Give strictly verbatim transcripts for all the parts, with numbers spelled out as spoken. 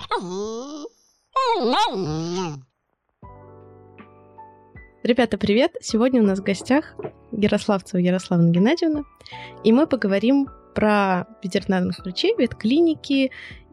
Ребята, привет! Сегодня у нас в гостях Ярославцева Ярославна Геннадьевна, и мы поговорим про ветеринарных врачей, ветклиники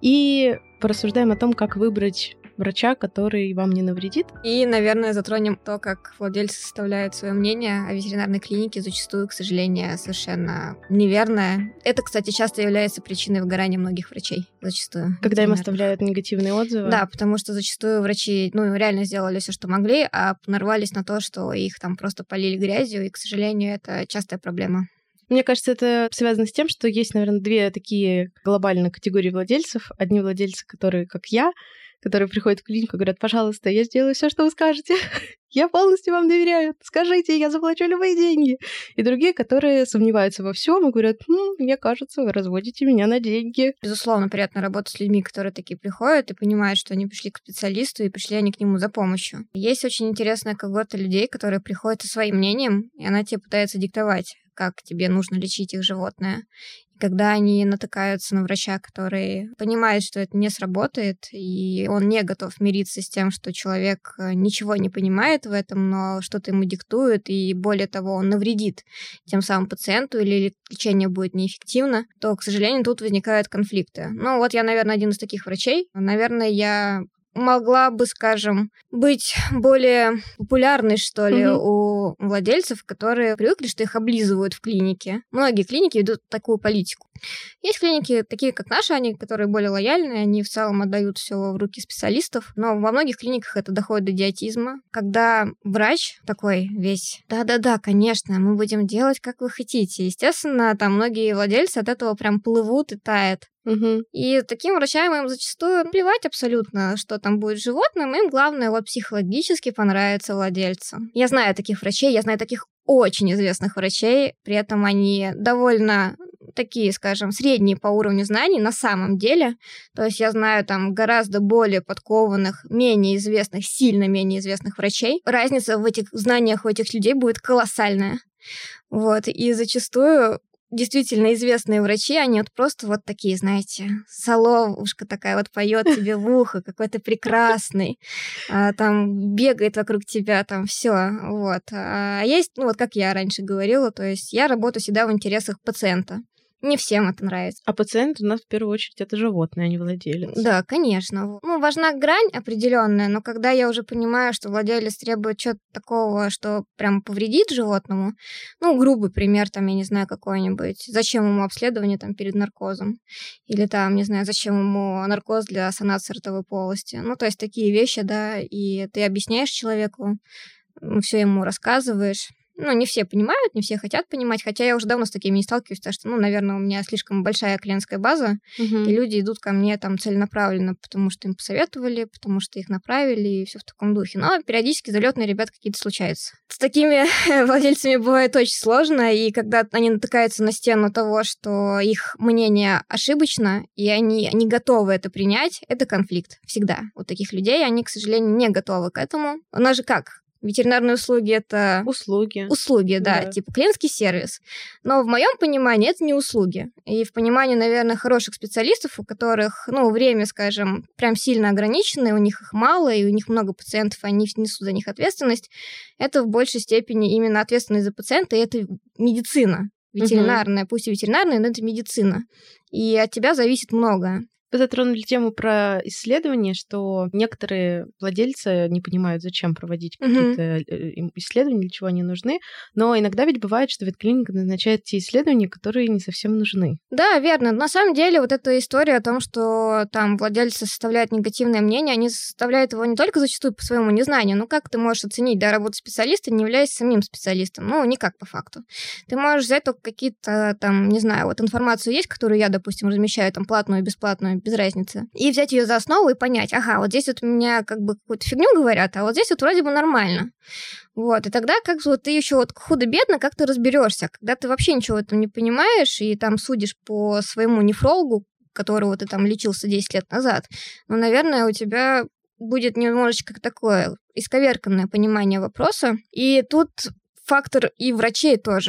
и порассуждаем о том, как выбрать врача, который вам не навредит. И, наверное, затронем то, как владельцы составляют свое мнение о ветеринарной клинике, зачастую, к сожалению, совершенно неверное. Это, кстати, часто является причиной выгорания многих врачей, зачастую. Когда им оставляют негативные отзывы? Да, потому что зачастую врачи, ну, реально сделали все, что могли, а нарвались на то, что их там просто полили грязью, и, к сожалению, это частая проблема. Мне кажется, это связано с тем, что есть, наверное, две такие глобальные категории владельцев. Одни владельцы, которые, как я, которые приходят в клинику и говорят: пожалуйста, я сделаю все, что вы скажете. Я полностью вам доверяю. Скажите, я заплачу любые деньги. И другие, которые сомневаются во всем и говорят: хм, мне кажется, вы разводите меня на деньги. Безусловно, приятно работать с людьми, которые такие приходят и понимают, что они пришли к специалисту и пришли они к нему за помощью. Есть очень интересная когорта людей, которые приходят со своим мнением, и она тебе пытается диктовать, как тебе нужно лечить их животное. И когда они натыкаются на врача, который понимает, что это не сработает, и он не готов мириться с тем, что человек ничего не понимает в этом, но что-то ему диктует, и более того, он навредит тем самым пациенту, или лечение будет неэффективно, то, к сожалению, тут возникают конфликты. Ну вот я, наверное, один из таких врачей. Наверное, я могла бы, скажем, быть более популярной, что ли, mm-hmm. у владельцев, которые привыкли, что их облизывают в клинике. Многие клиники ведут такую политику. Есть клиники, такие как наши, они, которые более лояльные, они в целом отдают все в руки специалистов, но во многих клиниках это доходит до идиотизма, когда врач такой весь: да-да-да, конечно, мы будем делать, как вы хотите. Естественно, там многие владельцы от этого прям плывут и тают. Угу. И таким врачам им зачастую плевать абсолютно, что там будет с животным, им главное вот психологически понравится владельцу. Я знаю таких врачей, я знаю таких очень известных врачей, при этом они довольно такие, скажем, средние по уровню знаний на самом деле. То есть я знаю там гораздо более подкованных, менее известных, сильно менее известных врачей. Разница в этих знаниях у этих людей будет колоссальная. Вот, и зачастую действительно известные врачи, они вот просто вот такие, знаете, соловушка такая вот поет тебе в ухо, какой ты прекрасный, а, там бегает вокруг тебя, там все, вот. А есть, ну вот как я раньше говорила, то есть я работаю всегда в интересах пациента. Не всем это нравится. А пациент у нас в первую очередь это животное, а не владелец. Да, конечно. Ну, важна грань определенная, но когда я уже понимаю, что владелец требует чего-то такого, что прям повредит животному, ну, грубый пример, там, я не знаю, какой-нибудь, зачем ему обследование там перед наркозом, или там, не знаю, зачем ему наркоз для санации ротовой полости. Ну, то есть такие вещи, да, и ты объясняешь человеку, все ему рассказываешь. Ну, не все понимают, не все хотят понимать, хотя я уже давно с такими не сталкиваюсь, потому что, ну, наверное, у меня слишком большая клиентская база, угу. и люди идут ко мне там целенаправленно, потому что им посоветовали, потому что их направили, и все в таком духе. Но периодически залетные ребята какие-то случаются. С такими владельцами бывает очень сложно, и когда они натыкаются на стену того, что их мнение ошибочно, и они не готовы это принять, это конфликт всегда. У таких людей они, к сожалению, не готовы к этому. У нас же как? Ветеринарные услуги — это... Услуги. Услуги, да, да, типа клиентский сервис. Но в моем понимании это не услуги. И в понимании, наверное, хороших специалистов, у которых, ну, время, скажем, прям сильно ограничено, и у них их мало, и у них много пациентов, они несут за них ответственность, это в большей степени именно ответственность за пациента, и это медицина ветеринарная, угу. пусть и ветеринарная, но это медицина. И от тебя зависит многое. Вы затронули тему про исследования, что некоторые владельцы не понимают, зачем проводить какие-то mm-hmm. исследования, для чего они нужны, но иногда ведь бывает, что ветклиника назначает те исследования, которые не совсем нужны. Да, верно. На самом деле вот эта история о том, что там владельцы составляют негативное мнение, они составляют его не только зачастую по своему незнанию, но как ты можешь оценить, да, работу специалиста, не являясь самим специалистом? Ну, никак по факту. Ты можешь взять только какие-то там, не знаю, вот информацию есть, которую я, допустим, размещаю, там, платную и бесплатную, без разницы. И взять ее за основу и понять, ага, вот здесь вот у меня как бы какую-то фигню говорят, а вот здесь вот вроде бы нормально. Вот, и тогда как бы вот ты еще вот худо-бедно как ты разберешься, когда ты вообще ничего в этом не понимаешь и там судишь по своему нефрологу, которого ты там лечился десять лет назад, ну, наверное, у тебя будет немножечко такое исковерканное понимание вопроса. И тут фактор и врачей тоже.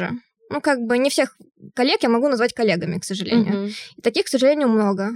Ну, как бы не всех коллег я могу назвать коллегами, к сожалению. Мгм. И таких, к сожалению, много.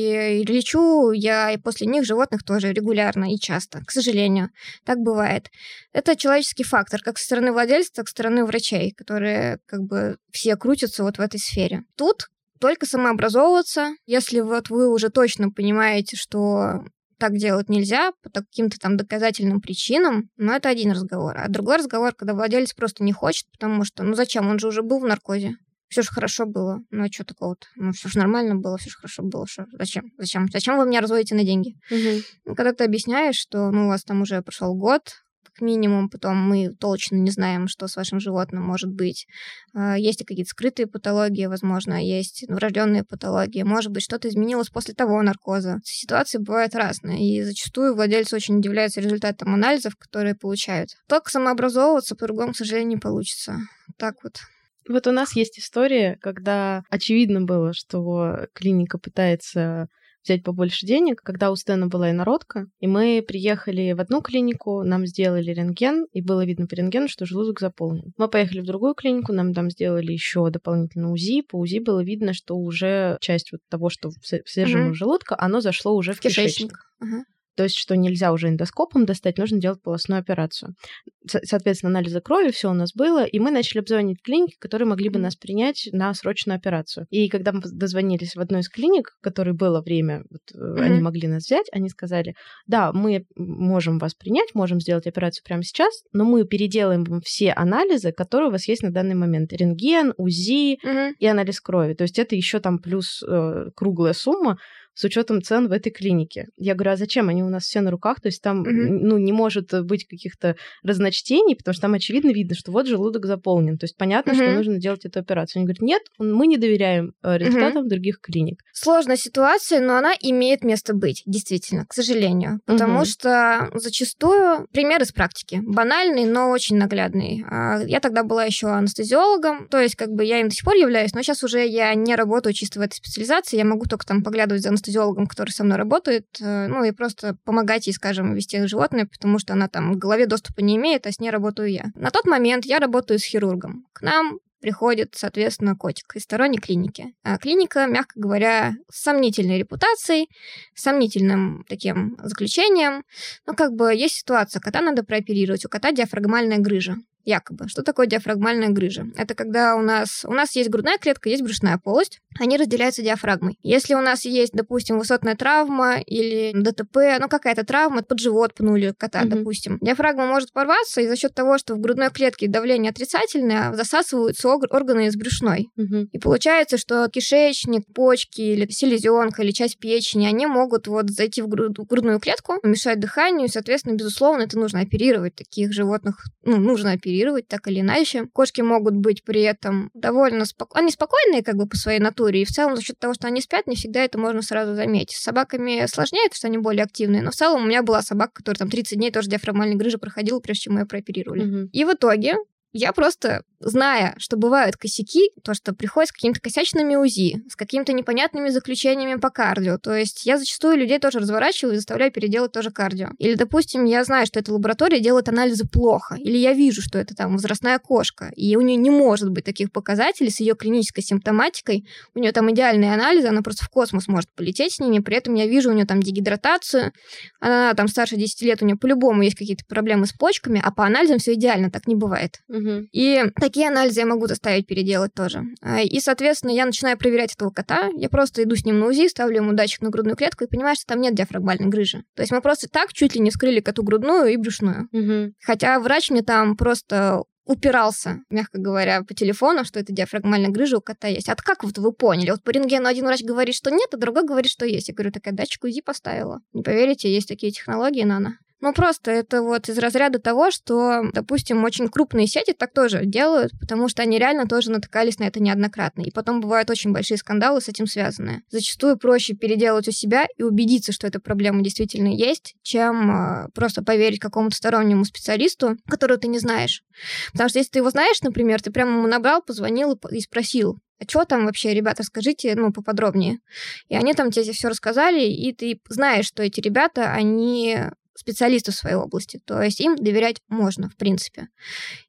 И лечу я и после них животных тоже регулярно и часто, к сожалению. Так бывает. Это человеческий фактор, как со стороны владельца, так и со стороны врачей, которые как бы все крутятся вот в этой сфере. Тут только самообразовываться. Если вот вы уже точно понимаете, что так делать нельзя по каким-то там доказательным причинам, но это один разговор. А другой разговор, когда владелец просто не хочет, потому что, ну зачем, он же уже был в наркозе. Все же хорошо было. Ну а что такого-то? Ну все же нормально было, все же хорошо было. Что? Зачем? Зачем? Зачем вы меня разводите на деньги? Мгм. Ну, когда ты объясняешь, что ну, у вас там уже прошел год, как минимум, потом мы точно не знаем, что с вашим животным может быть. А, Есть и какие-то скрытые патологии, возможно, есть врожденные патологии. Может быть, что-то изменилось после того наркоза. Ситуации бывают разные, и зачастую владельцы очень удивляются результатам анализов, которые получают. Только самообразовываться по-другому, к сожалению, не получится. Так вот. Вот у нас есть история, когда очевидно было, что клиника пытается взять побольше денег, когда у Стэна была инородка, и мы приехали в одну клинику, нам сделали рентген, и было видно по рентгену, что желудок заполнен. Мы поехали в другую клинику, нам там сделали еще дополнительно УЗИ, по УЗИ было видно, что уже часть вот того, что в содержимом Мгм. желудка, оно зашло уже в Кишечник. кишечник. Ага. То есть, что нельзя уже эндоскопом достать, нужно делать полостную операцию. Со- Соответственно, анализы крови, все у нас было, и мы начали обзвонить клиники, которые могли бы Мгм. нас принять на срочную операцию. И когда мы дозвонились в одну из клиник, в которой было время, вот, э, они Мгм. могли нас взять, они сказали, да, мы можем вас принять, можем сделать операцию прямо сейчас, но мы переделаем вам все анализы, которые у вас есть на данный момент. Рентген, УЗИ Мгм. и анализ крови. То есть это еще там плюс э, круглая сумма, с учетом цен в этой клинике. Я говорю, а зачем? Они у нас все на руках, то есть там Мгм. ну, не может быть каких-то разночтений, потому что там очевидно видно, что вот желудок заполнен. То есть понятно, что Мгм. нужно делать эту операцию. Они говорят, нет, мы не доверяем э, результатам других клиник. Сложная ситуация, но она имеет место быть, действительно, к сожалению. Потому Мгм. что зачастую пример из практики. Банальный, но очень наглядный. А, Я тогда была еще анестезиологом, то есть как бы я им до сих пор являюсь, но сейчас уже я не работаю чисто в этой специализации, я могу только там поглядывать за анестезиологом, который со мной работает, э, ну и просто помогать ей, скажем, вести животное, потому что она там в голове доступа не имеет, а с ней работаю я. На тот момент я работаю с хирургом. К нам приходит, соответственно, котик из сторонней клиники. А клиника, мягко говоря, с сомнительной репутацией, с сомнительным таким заключением. Ну, как бы есть ситуация, кота надо прооперировать, у кота диафрагмальная грыжа. Якобы. Что такое диафрагмальная грыжа? Это когда у нас, у нас есть грудная клетка, есть брюшная полость, они разделяются диафрагмой. Если у нас есть, допустим, высотная травма или ДТП, ну какая-то травма, под живот пнули кота, Мгм. допустим, диафрагма может порваться, и за счет того, что в грудной клетке давление отрицательное, засасываются ог- органы из брюшной. Мгм. И получается, что кишечник, почки или селезенка или часть печени, они могут вот зайти в гру- грудную клетку, мешать дыханию, и, соответственно, безусловно, это нужно оперировать. Таких животных, ну, нужно оперировать так или иначе. Кошки могут быть при этом довольно спокойные. Они спокойные как бы по своей натуре, и в целом за счет того, что они спят, не всегда это можно сразу заметить. С собаками сложнее, потому что они более активные, но в целом у меня была собака, которая там тридцать дней тоже диафрагмальной грыжи проходила, прежде чем мы ее прооперировали. Мгм. И в итоге я просто, зная, что бывают косяки, то, что приходят с какими-то косячными УЗИ, с какими-то непонятными заключениями по кардио, то есть я зачастую людей тоже разворачиваю и заставляю переделать тоже кардио. Или, допустим, я знаю, что эта лаборатория делает анализы плохо, или я вижу, что это там возрастная кошка, и у нее не может быть таких показателей с ее клинической симптоматикой, у нее там идеальные анализы, она просто в космос может полететь с ними, при этом я вижу у нее там дегидратацию, она там старше десяти лет, у нее по-любому есть какие-то проблемы с почками, а по анализам все идеально, так не бывает. Мгм. И такие анализы я могу заставить переделать тоже. А, И, соответственно, я начинаю проверять этого кота. Я просто иду с ним на УЗИ, ставлю ему датчик на грудную клетку и понимаю, что там нет диафрагмальной грыжи. То есть мы просто так чуть ли не вскрыли коту грудную и брюшную. Мгм. Хотя врач мне там просто упирался, мягко говоря, по телефону, что это диафрагмальная грыжа у кота есть. А как вот вы поняли? Вот по рентгену один врач говорит, что нет, а другой говорит, что есть. Я говорю, такая датчик УЗИ поставила. Не поверите, есть такие технологии нано. Ну, просто это вот из разряда того, что, допустим, очень крупные сети так тоже делают, потому что они реально тоже натыкались на это неоднократно. И потом бывают очень большие скандалы с этим связанные. Зачастую проще переделать у себя и убедиться, что эта проблема действительно есть, чем э, просто поверить какому-то стороннему специалисту, которого ты не знаешь. Потому что если ты его знаешь, например, ты прямо ему набрал, позвонил и, и спросил, а что там вообще, ребята, расскажите, ну, поподробнее. И они там тебе все рассказали, и ты знаешь, что эти ребята, они специалисты в своей области, то есть им доверять можно, в принципе.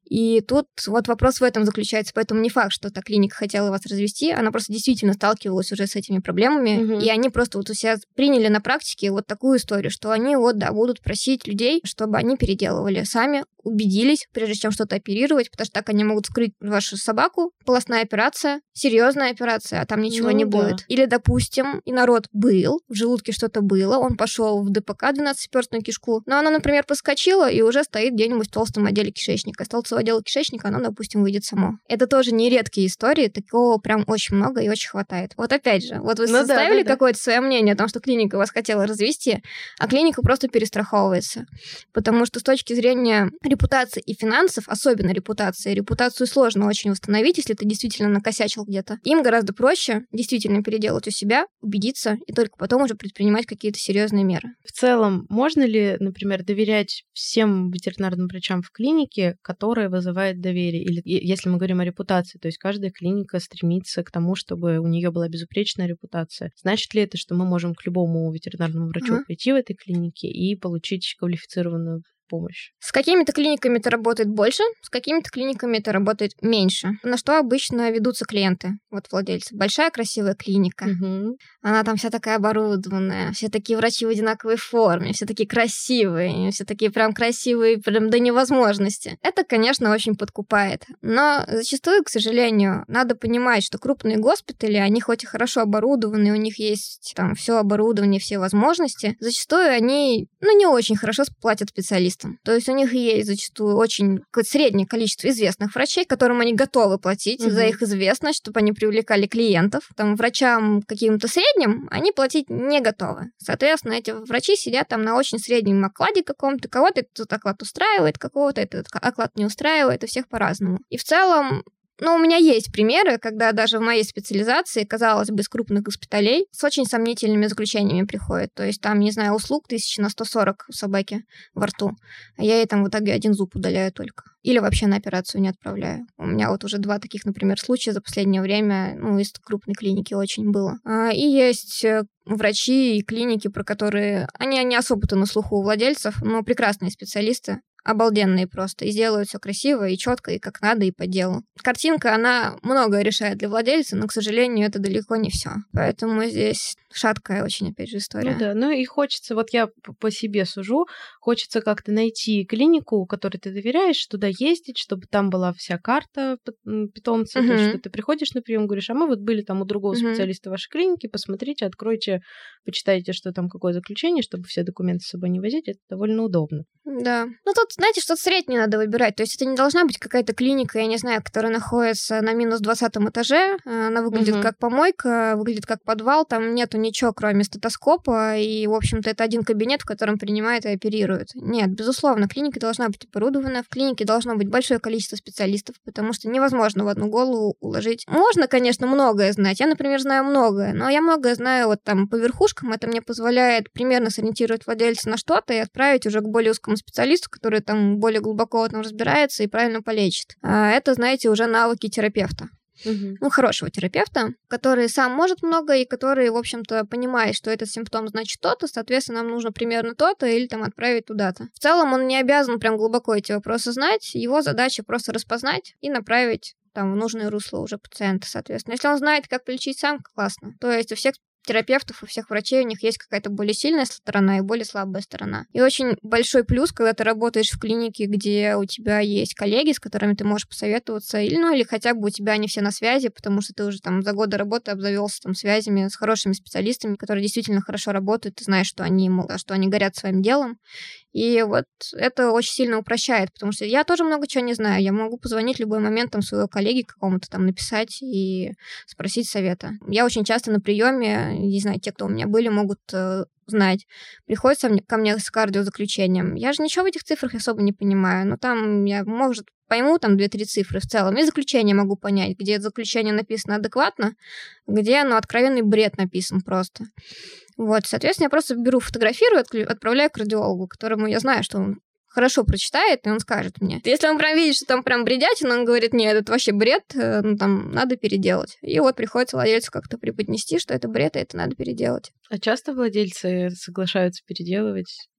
И тут вот вопрос в этом заключается. Поэтому не факт, что та клиника хотела вас развести, она просто действительно сталкивалась уже с этими проблемами, угу. и они просто вот у себя приняли на практике вот такую историю, что они вот, да, будут просить людей, чтобы они переделывали сами, убедились, прежде чем что-то оперировать, потому что так они могут вскрыть вашу собаку, полостная операция, серьезная операция, а там ничего ну, не да. будет. Или, допустим, инород был, в желудке что-то было, он пошел в ДПК, двенадцатиперстную кишку, но она, например, поскочила и уже стоит где-нибудь в толстом отделе кишечника. Из толстого отдела кишечника оно, допустим, выйдет само. Это тоже не редкие истории, такого прям очень много и очень хватает. Вот опять же, вот вы ну, составили да, да, какое-то да. свое мнение о том, что клиника вас хотела развести, а клиника просто перестраховывается. Потому что с точки зрения репутации и финансов, особенно репутации, репутацию сложно очень восстановить, если ты действительно накосячил где-то. Им гораздо проще действительно переделать у себя, убедиться и только потом уже предпринимать какие-то серьезные меры. В целом, можно ли, например, доверять всем ветеринарным врачам в клинике, которые вызывают доверие? Или если мы говорим о репутации, то есть каждая клиника стремится к тому, чтобы у нее была безупречная репутация. Значит ли это, что мы можем к любому ветеринарному врачу uh-huh. прийти в этой клинике и получить квалифицированную помощь? С какими-то клиниками это работает больше, с какими-то клиниками это работает меньше. На что обычно ведутся клиенты, вот владельцы. Большая красивая клиника, угу. она там вся такая оборудованная, все такие врачи в одинаковой форме, все такие красивые, все такие прям красивые, прям до невозможности. Это, конечно, очень подкупает. Но зачастую, к сожалению, надо понимать, что крупные госпитали, они хоть и хорошо оборудованы, у них есть там все оборудование, все возможности, зачастую они, ну, не очень хорошо платят специалистам. То есть у них есть зачастую очень среднее количество известных врачей, которым они готовы платить угу. за их известность, чтобы они привлекали клиентов. Там врачам каким-то средним они платить не готовы. Соответственно, эти врачи сидят там на очень среднем окладе каком-то. Кого-то этот оклад устраивает, какого-то этот оклад не устраивает, у всех по-разному. И в целом, ну, у меня есть примеры, когда даже в моей специализации, казалось бы, из крупных госпиталей с очень сомнительными заключениями приходят. То есть там, не знаю, услуг тысяча на сто сорок у собаки во рту, а я ей там в итоге один зуб удаляю только. Или вообще на операцию не отправляю. У меня вот уже два таких, например, случая за последнее время, ну, из крупной клиники очень было. И есть врачи и клиники, про которые... Они не особо-то на слуху у владельцев, но прекрасные специалисты, обалденные просто, и сделают все красиво, и четко, и как надо, и по делу. Картинка, она многое решает для владельца, но, к сожалению, это далеко не все. Поэтому здесь шаткая очень, опять же, история. Ну да, ну и хочется, вот я по себе сужу, хочется как-то найти клинику, которой ты доверяешь, туда ездить, чтобы там была вся карта питомца, uh-huh. то есть, что ты приходишь на прием, говоришь, а мы вот были там у другого uh-huh. специалиста в вашей клинике, посмотрите, откройте, почитайте, что там, какое заключение, чтобы все документы с собой не возить, это довольно удобно. Да. Ну тут, знаете, что-то среднее надо выбирать, то есть это не должна быть какая-то клиника, я не знаю, которая находится на минус двадцатом этаже, она выглядит uh-huh. как помойка, выглядит как подвал, там нету ничего, кроме стетоскопа, и, в общем-то, это один кабинет, в котором принимают и оперируют. Нет, безусловно, клиника должна быть оборудована, в клинике должно быть большое количество специалистов, потому что невозможно в одну голову уложить. Можно, конечно, многое знать, я, например, знаю многое, но я многое знаю вот там по верхушкам, это мне позволяет примерно сориентировать владельца на что-то и отправить уже к более узкому специалисту, который там более глубоко в этом разбирается и правильно полечит. А это, знаете, уже навыки терапевта. Угу. Ну, хорошего терапевта, который сам может много и который, в общем-то, понимает, что этот симптом значит то-то, соответственно, нам нужно примерно то-то или там отправить туда-то. В целом он не обязан прям глубоко эти вопросы знать, его задача просто распознать и направить там в нужное русло уже пациента, соответственно. Если он знает, как полечить сам, классно. То есть у всех терапевтов, у всех врачей, у них есть какая-то более сильная сторона и более слабая сторона. И очень большой плюс, когда ты работаешь в клинике, где у тебя есть коллеги, с которыми ты можешь посоветоваться, или, ну, или хотя бы у тебя они все на связи, потому что ты уже там за годы работы обзавелся там связями с хорошими специалистами, которые действительно хорошо работают, ты знаешь, что они, что они горят своим делом. И вот это очень сильно упрощает, потому что я тоже много чего не знаю. Я могу позвонить в любой момент там своего коллеги какому-то там написать и спросить совета. Я очень часто на приеме, не знаю, те, кто у меня были, могут э, знать. Приходят ко мне с кардиозаключением. Я же ничего в этих цифрах особо не понимаю. Но там я, может, пойму там две-три цифры в целом. И заключение могу понять, где заключение написано адекватно, где оно откровенный бред написан просто. Вот, соответственно, я просто беру, фотографирую, отправляю к кардиологу, которому я знаю, что он хорошо прочитает, и он скажет мне. Если он прям видит, что там прям бредятина, он говорит, нет, это вообще бред, ну, там, надо переделать. И вот приходится владельцу как-то преподнести, что это бред, и это надо переделать. А часто владельцы соглашаются переделывать?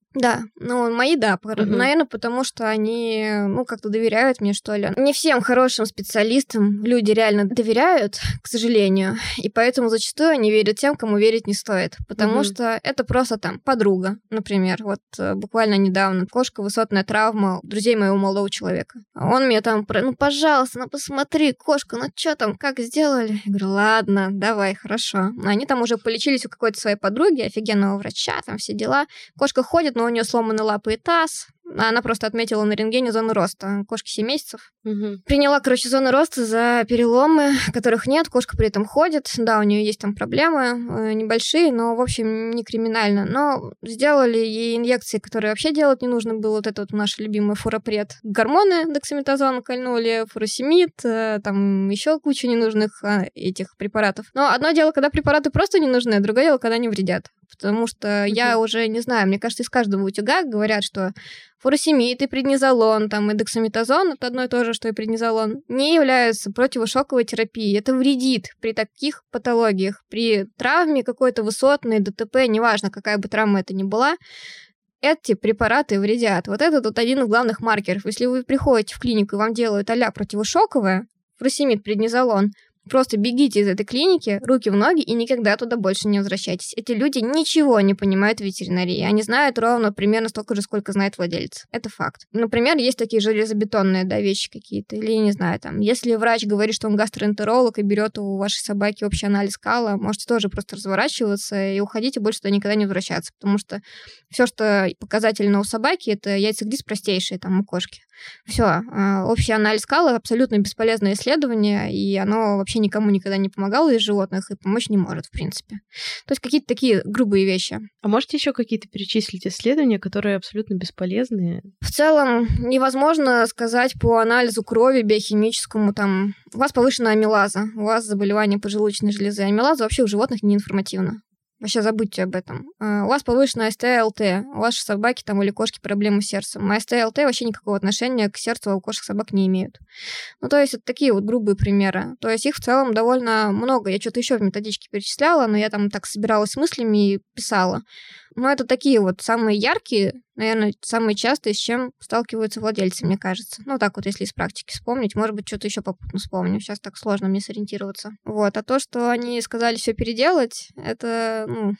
Да, ну, мои, да, Мгм. наверное, потому что они, ну, как-то доверяют мне, что ли. Не всем хорошим специалистам люди реально доверяют, к сожалению, и поэтому зачастую они верят тем, кому верить не стоит, потому Мгм. что это просто там подруга, например. Вот э, буквально недавно кошка, высотная травма у друзей моего молодого человека. Он мне там, про- ну, пожалуйста, ну, посмотри, кошка, ну, что там, как сделали? Я говорю, ладно, давай, хорошо. Они там уже полечились у какой-то своей подруги, офигенного врача, там все дела. Кошка ходит, но у нее сломаны лапы и таз. Она просто отметила на рентгене зону роста. Кошке семь месяцев. Мгм. Приняла, короче, зону роста за переломы, которых нет. Кошка при этом ходит. Да, у нее есть там проблемы э, небольшие, но, в общем, не криминально. Но сделали ей инъекции, которые вообще делать не нужно было. Вот это вот наш любимый фуропред. Гормоны, дексаметазон кольнули, фуросемид, э, там еще куча ненужных э, этих препаратов. Но одно дело, когда препараты просто не нужны, а другое дело, когда они вредят. Потому что я Мгм. уже не знаю, мне кажется, из каждого утюга говорят, что фуросемид и преднизолон, там, и дексаметазон, это одно и то же, что и преднизолон, не являются противошоковой терапией. Это вредит при таких патологиях, при травме какой-то высотной, ДТП, неважно, какая бы травма это ни была, эти препараты вредят. Вот это тут один из главных маркеров. Если вы приходите в клинику и вам делают а-ля противошоковое, фуросемид, преднизолон, просто бегите из этой клиники, руки в ноги, и никогда туда больше не возвращайтесь. Эти люди ничего не понимают в ветеринарии. Они знают ровно примерно столько же, сколько знает владелец. Это факт. Например, есть такие железобетонные, да, вещи какие-то. Или, я не знаю, там, если врач говорит, что он гастроэнтеролог и берет у вашей собаки общий анализ кала, можете тоже просто разворачиваться и уходить, и больше туда никогда не возвращаться. Потому что все, что показательно у собаки, это яйцеглиз простейшие, там, у кошки. Все, общий анализ кала абсолютно бесполезное исследование, и оно вообще никому никогда не помогало из животных и помочь не может, в принципе. То есть какие-то такие грубые вещи. А можете еще какие-то перечислить исследования, которые абсолютно бесполезные? В целом невозможно сказать по анализу крови биохимическому, там, у вас повышенная амилаза, у вас заболевание поджелудочной железы. Амилаза вообще у животных не информативна. Вообще забудьте об этом. У вас повышенная эс тэ эл тэ, у вашей собаки там или кошки проблемы с сердцем. А эс тэ эл тэ вообще никакого отношения к сердцу у кошек собак не имеют. Ну, то есть это такие вот грубые примеры. То есть их в целом довольно много. Я что-то еще в методичке перечисляла, но я там так собиралась с мыслями и писала. Но это такие вот самые яркие, наверное, самые частые, с чем сталкиваются владельцы, мне кажется. Ну, так вот, если из практики вспомнить. Может быть, что-то еще попутно вспомню. Сейчас так сложно мне сориентироваться. Вот. А то, что они сказали все переделать, это, ну...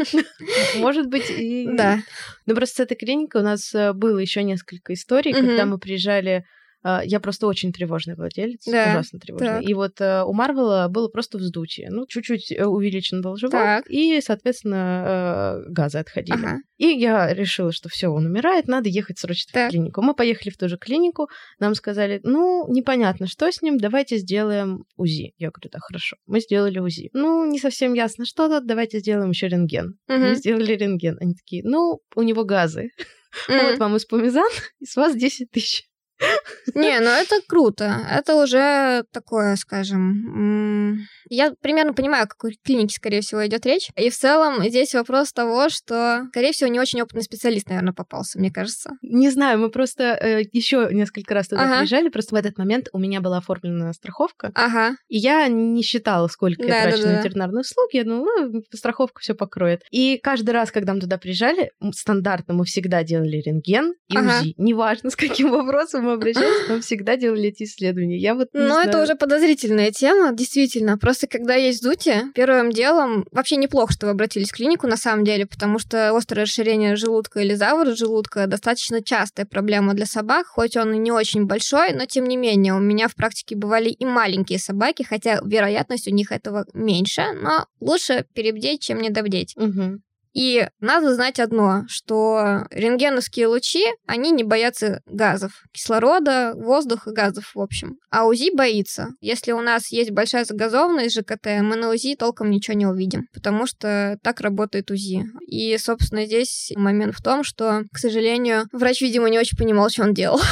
Может быть, и... Да. Ну, просто с этой клиникой у нас э, было еще несколько историй, Мгм. когда мы приезжали. э, Я просто очень тревожный владелец, Да, ужасно тревожный. так. И вот э, у Марвела было просто вздутие. Ну, чуть-чуть э, увеличен был живот, Так. и, соответственно, э, газы отходили. Ага. И я решила, что все, он умирает, надо ехать срочно Так. в клинику. Мы поехали в ту же клинику, нам сказали, ну, непонятно, что с ним, давайте сделаем УЗИ. Я говорю, да, хорошо. Мы сделали УЗИ. Ну, не совсем ясно, что тут, давайте сделаем еще рентген. Мы Мгм. сделали рентген. Они такие, ну, у него газы. М. Вот вам испомизан, и с вас десять тысяч. Не, ну это круто. Это уже такое, скажем... м, Я примерно понимаю, о какой клинике, скорее всего, идет речь. И в целом здесь вопрос того, что, скорее всего, не очень опытный специалист, наверное, попался, мне кажется. Не знаю, мы просто э, еще несколько раз туда Ага. приезжали, просто в этот момент у меня была оформлена страховка, Ага. и я не считала, сколько я Да, трачу да, на да. ветеринарные услуги. Я думала, ну, страховка все покроет. И каждый раз, когда мы туда приезжали, м, стандартно мы всегда делали рентген и Ага. УЗИ. Неважно, с каким вопросом мы обращались, мы всегда делали эти исследования. Я вот не Ну, это знаю. уже подозрительная тема, действительно. Просто когда есть вздутие, первым делом вообще неплохо, что вы обратились в клинику, на самом деле, потому что острое расширение желудка или заворот желудка достаточно частая проблема для собак, хоть он и не очень большой, но тем не менее у меня в практике бывали и маленькие собаки, хотя вероятность у них этого меньше, но лучше перебдеть, чем недобдеть. Мгм. И надо знать одно, что рентгеновские лучи, они не боятся газов, кислорода, воздуха, газов, в общем. А УЗИ боится. Если у нас есть большая загазованность ЖКТ, мы на УЗИ толком ничего не увидим, потому что так работает УЗИ. И, собственно, здесь момент в том, что, к сожалению, врач, видимо, не очень понимал, что он делал.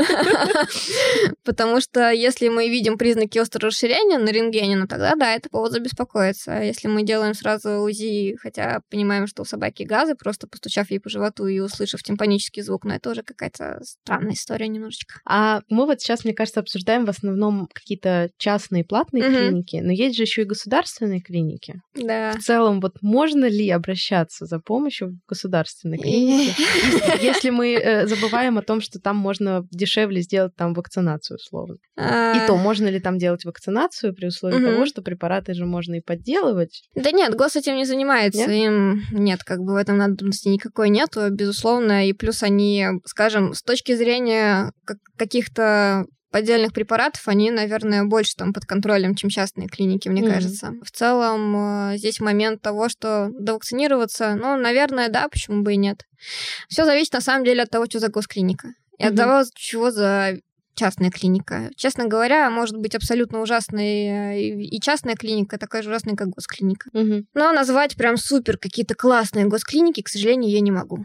Потому что если мы видим признаки острого расширения на рентгене, ну тогда да, это повод забеспокоиться. А если мы делаем сразу УЗИ, хотя понимаем, что у собаки газы, просто постучав ей по животу и услышав тимпанический звук, но это уже какая-то странная история немножечко. А мы вот сейчас, мне кажется, обсуждаем в основном какие-то частные платные mm-hmm. клиники, но есть же еще и государственные клиники. Да. В целом, вот можно ли обращаться за помощью в государственной клинике, если мы забываем о том, что там можно дешевле сделать там вакцинацию, условно? И то, можно ли там делать вакцинацию при условии того, что препараты же можно и подделывать? Да нет, гос этим не занимается. Им нет, как бы в этом надобности никакой нету, безусловно. И плюс они, скажем, с точки зрения каких-то поддельных препаратов, они, наверное, больше там под контролем, чем частные клиники, мне mm-hmm. кажется. В целом, здесь момент того, что довакцинироваться, ну, наверное, да, почему бы и нет. Все зависит, на самом деле, от того, что за госклиника. И mm-hmm. от того, чего за частная клиника. Честно говоря, может быть абсолютно ужасной и частная клиника, такая же ужасная, как госклиника. Mm-hmm. Но назвать прям супер какие-то классные госклиники, к сожалению, я не могу.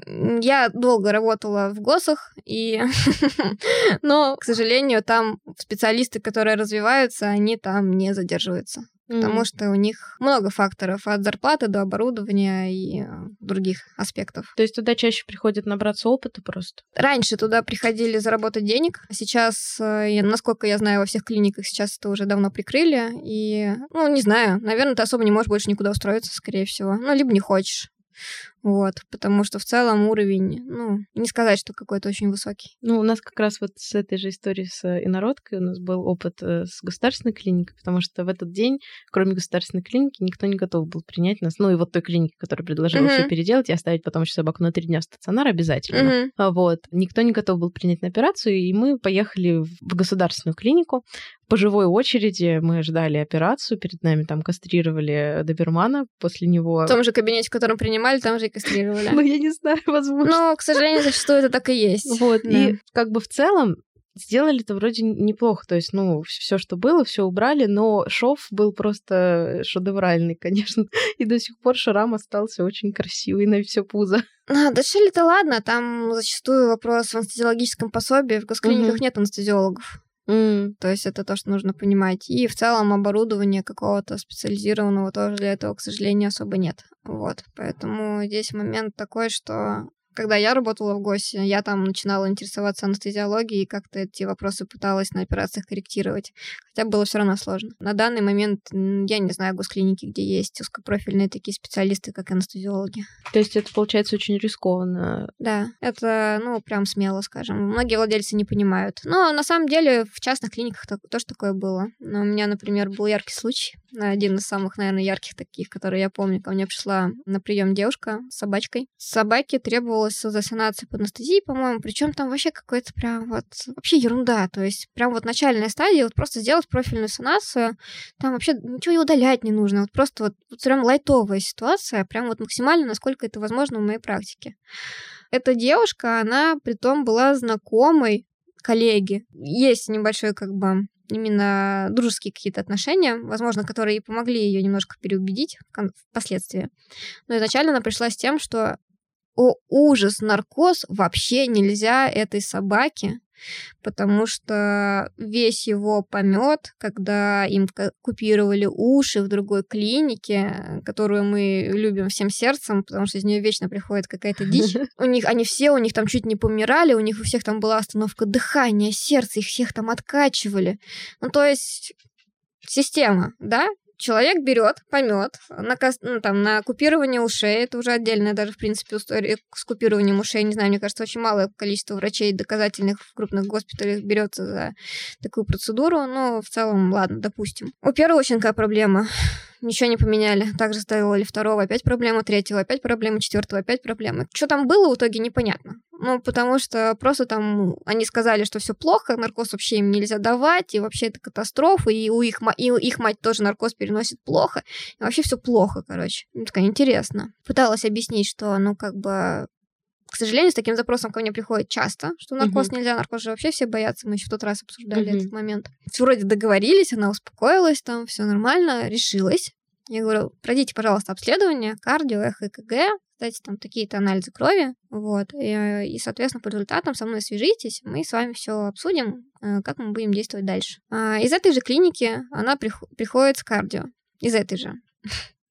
Я долго работала в ГОСах, и... но, к сожалению, там специалисты, которые развиваются, они там не задерживаются. Mm-hmm. Потому что у них много факторов, от зарплаты до оборудования и других аспектов. То есть туда чаще приходят набраться опыта просто? Раньше туда приходили заработать денег. Сейчас, насколько я знаю, во всех клиниках сейчас это уже давно прикрыли. И, ну, не знаю, наверное, ты особо не можешь больше никуда устроиться, скорее всего. Ну, либо не хочешь. Вот, потому что в целом уровень, ну, не сказать, что какой-то очень высокий. Ну, у нас как раз вот с этой же историей с инородкой у нас был опыт с государственной клиникой, потому что в этот день, кроме государственной клиники, никто не готов был принять нас. Ну, и вот той клиники, которая предложила uh-huh. все переделать и оставить потом еще собаку на три дня в стационар обязательно. Uh-huh. Вот. Никто не готов был принять на операцию, и мы поехали в государственную клинику. По живой очереди мы ждали операцию, перед нами там кастрировали добермана, после него... В том же кабинете, в котором принимали, там же и кастрировали. Ну, я не знаю, возможно. Но, к сожалению, зачастую это так и есть. Вот, да. И как бы в целом сделали это вроде неплохо, то есть, ну, все, что было, все убрали, но шов был просто шедевральный, конечно, и до сих пор шрам остался очень красивый на все пузо. А, дошили-то ладно, там зачастую вопрос в анестезиологическом пособии, в госклиниках угу. нет анестезиологов. Mm. То есть это то, что нужно понимать. И в целом оборудования какого-то специализированного тоже для этого, к сожалению, особо нет. Вот. Поэтому здесь момент такой, что когда я работала в ГОСе, я там начинала интересоваться анестезиологией и как-то эти вопросы пыталась на операциях корректировать. Хотя было все равно сложно. На данный момент я не знаю госклиники, где есть узкопрофильные такие специалисты, как анестезиологи. То есть это, получается, очень рискованно. Да, это, ну, прям смело, скажем. Многие владельцы не понимают. Но на самом деле в частных клиниках тоже такое было. Но у меня, например, был яркий случай. Один из самых, наверное, ярких таких, которые я помню. Ко мне пришла на прием девушка с собачкой. Собаке требовалось засанация под анестезией, по-моему, причем там вообще какой-то прям вот вообще ерунда, то есть прям вот начальная стадия, вот просто сделать профильную санацию, там вообще ничего и удалять не нужно, вот просто вот, вот прям лайтовая ситуация, прям вот максимально, насколько это возможно в моей практике. Эта девушка, она притом была знакомой коллеги, есть небольшой как бы именно дружеские какие-то отношения, возможно, которые и помогли ее немножко переубедить впоследствии. Но изначально она пришла с тем, что о, ужас, наркоз вообще нельзя этой собаке, потому что весь его помет, когда им купировали уши в другой клинике, которую мы любим всем сердцем, потому что из нее вечно приходит какая-то дичь. У них, они все, у них там чуть не помирали, у них у всех там была остановка дыхания, сердца, их всех там откачивали. Ну, то есть система, да? Человек берет помет на, ну, там, на купирование ушей. Это уже отдельная даже, в принципе, история с купированием ушей. Не знаю, мне кажется, очень малое количество врачей доказательных в крупных госпиталях берется за такую процедуру. Но в целом, ладно, допустим. У первого очень какая проблема. Ничего не поменяли. Также сделали второго, опять проблема, третьего, опять проблема, четвертого, опять проблема. Что там было в итоге, непонятно. Ну, потому что просто там они сказали, что все плохо, наркоз вообще им нельзя давать, и вообще это катастрофа, и у их, и у их мать тоже наркоз переносит плохо, и вообще все плохо, короче. Ну, такая интересно. Пыталась объяснить, что, ну, как бы, к сожалению, с таким запросом ко мне приходит часто, что наркоз uh-huh. нельзя, наркоз же вообще все боятся, мы еще в тот раз обсуждали uh-huh. этот момент. Все вроде договорились, она успокоилась, там все нормально, решилась. Я говорю, пройдите, пожалуйста, обследование, кардио, эхо, ЭКГ, кстати, там такие-то анализы крови, вот, и, и, соответственно, по результатам со мной свяжитесь, мы с вами все обсудим, как мы будем действовать дальше. Из этой же клиники она прих- приходит с кардио, из этой же.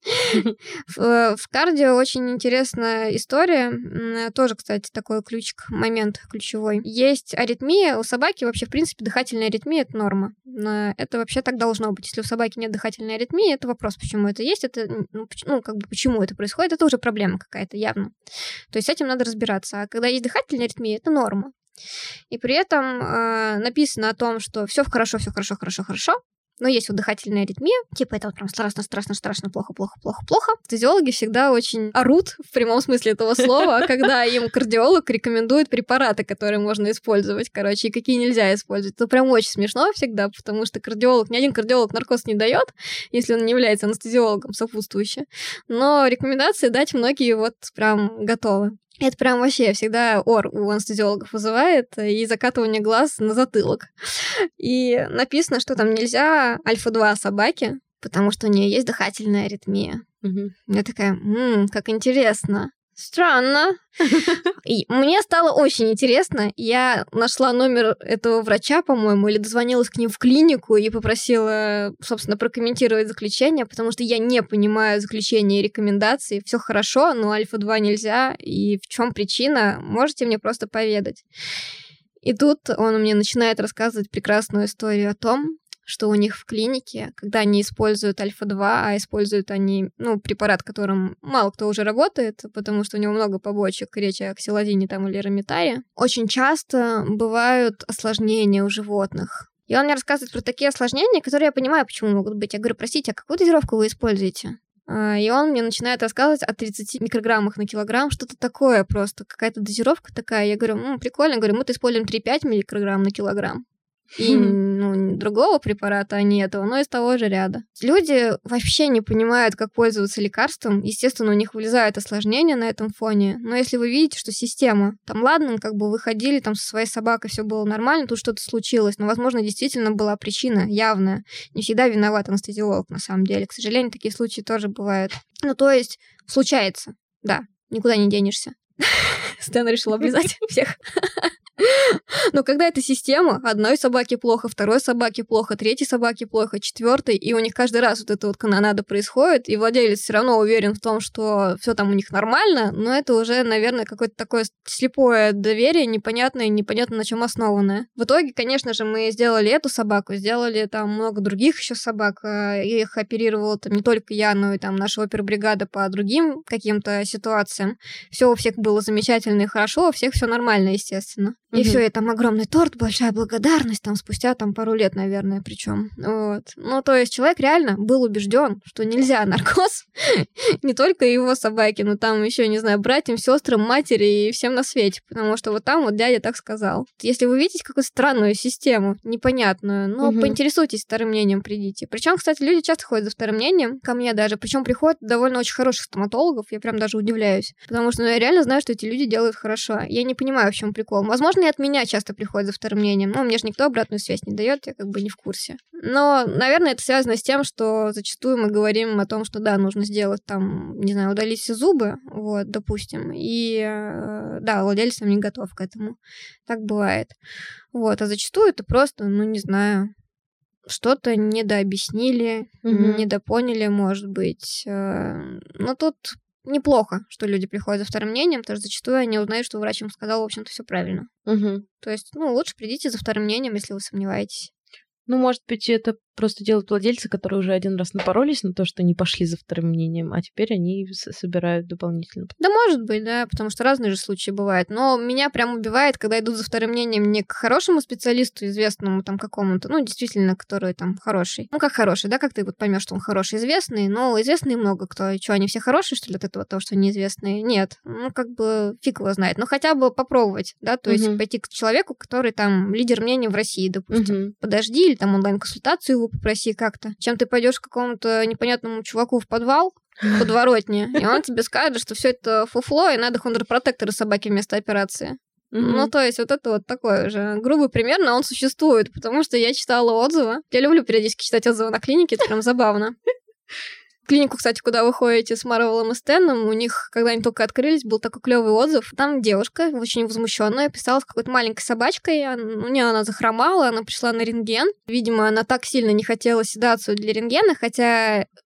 В, в кардио очень интересная история. Тоже, кстати, такой ключик, момент ключевой. Есть аритмия. У собаки вообще, в принципе, дыхательная аритмия — это норма. Это вообще так должно быть. Если у собаки нет дыхательной аритмии, это вопрос, почему это есть. Это, ну, ну, как бы, почему это происходит, это уже проблема какая-то, явно. То есть с этим надо разбираться. А когда есть дыхательная аритмия, это норма. И при этом э, написано о том, что все хорошо, все хорошо, хорошо, хорошо. Но есть вот дыхательная аритмия, типа это вот прям страшно, страшно, страшно, плохо, плохо, плохо, плохо. Физиологи всегда очень орут в прямом смысле этого слова, когда им кардиолог рекомендует препараты, которые можно использовать, короче, и какие нельзя использовать. Это прям очень смешно всегда, потому что кардиолог, ни один кардиолог наркоз не дает, если он не является анестезиологом сопутствующим. Но рекомендации дать многие вот прям готовы. Это прям вообще всегда ор у анестезиологов вызывает и закатывание глаз на затылок. И написано, что там нельзя альфа-два собаке, потому что у нее есть дыхательная аритмия. Угу. Я такая, м-м, как интересно. Странно. И мне стало очень интересно. Я нашла номер этого врача, по-моему, или дозвонилась к ним в клинику и попросила, собственно, прокомментировать заключение, потому что я не понимаю заключения и рекомендаций. Все хорошо, но альфа-два нельзя. И в чем причина? Можете мне просто поведать. И тут он мне начинает рассказывать прекрасную историю о том, что у них в клинике, когда они используют альфа-два, а используют они, ну, препарат, которым мало кто уже работает, потому что у него много побочек, речь о ксилозине там или рамитаре, очень часто бывают осложнения у животных. И он мне рассказывает про такие осложнения, которые я понимаю, почему могут быть. Я говорю, простите, а какую дозировку вы используете? И он мне начинает рассказывать о тридцати микрограммах на килограмм, что-то такое просто, какая-то дозировка такая. Я говорю, ну, прикольно, я говорю, мы-то используем три-пять микрограмм на килограмм. И ну, другого препарата, а не этого, но из того же ряда. Люди вообще не понимают, как пользоваться лекарством. Естественно, у них вылезают осложнения на этом фоне. Но если вы видите, что система, там, ладно, как бы вы ходили там со своей собакой, все было нормально, тут что-то случилось, но, возможно, действительно была причина явная. Не всегда виноват анестезиолог, на самом деле. К сожалению, такие случаи тоже бывают. Ну, то есть, случается, да, никуда не денешься. Стэн решил облизать всех. Но когда эта система, одной собаке плохо, второй собаке плохо, третьей собаке плохо, четвертой, и у них каждый раз вот эта вот канонада происходит, и владелец все равно уверен в том, что все там у них нормально, но это уже, наверное, какое-то такое слепое доверие, непонятное, непонятно на чем основанное. В итоге, конечно же, мы сделали эту собаку, сделали там много других еще собак, их оперировала там не только я, но и там наша опербригада по другим каким-то ситуациям. Все у всех было замечательно и хорошо, у всех все нормально, естественно. И угу. все, и там огромный торт, большая благодарность, там спустя там пару лет, наверное, причем. Вот. Ну, то есть человек реально был убежден, что нельзя наркоз, не только его собаке, но там еще, не знаю, братьям, сестрам, матери и всем на свете, потому что вот там вот дядя так сказал. Если вы видите какую-то странную систему, непонятную, ну, угу. поинтересуйтесь вторым мнением, придите. Причем, кстати, люди часто ходят за вторым мнением, ко мне даже, причем приходят довольно очень хороших стоматологов, я прям даже удивляюсь, потому что ну, я реально знаю, что эти люди делают хорошо. Я не понимаю, в чем прикол. Возможно, и от меня часто приходят за вторым мнением. Ну, мне же никто обратную связь не дает, я как бы не в курсе. Но, наверное, это связано с тем, что зачастую мы говорим о том, что да, нужно сделать там, не знаю, удалить все зубы, вот, допустим, и да, владелец сам не готов к этому. Так бывает. Вот, а зачастую это просто, ну, не знаю, что-то недообъяснили, mm-hmm. недопоняли, может быть. Но тут неплохо, что люди приходят за вторым мнением, потому что зачастую они узнают, что врач им сказал, в общем-то, все правильно. Угу. То есть, ну, лучше придите за вторым мнением, если вы сомневаетесь. Ну, может быть, это просто делают владельцы, которые уже один раз напоролись на то, что не пошли за вторым мнением, а теперь они собирают дополнительно. Да, может быть, да, потому что разные же случаи бывают. Но меня прям убивает, когда идут за вторым мнением не к хорошему специалисту, известному там какому-то, ну, действительно, который там хороший. Ну, как хороший, да, как ты вот поймешь, что он хороший, известный, но известные много кто. И что, они все хорошие, что ли, от этого того, что они известные? Нет. Ну, как бы фиг его знает. Но хотя бы попробовать, да, то есть угу. пойти к человеку, который там лидер мнения в России, допустим. Угу. Подожди, или там онлайн-консультацию его попроси как-то. Чем ты пойдешь к какому-то непонятному чуваку в подвал, подворотне, и он тебе скажет, что все это фуфло, и надо хондропротекторы собаки вместо операции. Mm-hmm. Ну, то есть вот это вот такой уже грубый пример, но он существует, потому что я читала отзывы. Я люблю периодически читать отзывы на клинике, это прям забавно. Клинику, кстати, куда вы ходите с Марвелом и Стэном, у них, когда они только открылись, был такой клевый отзыв. Там девушка, очень возмущенная, писала с какой-то маленькой собачкой. У нее она захромала, она пришла на рентген. Видимо, она так сильно не хотела седацию для рентгена, хотя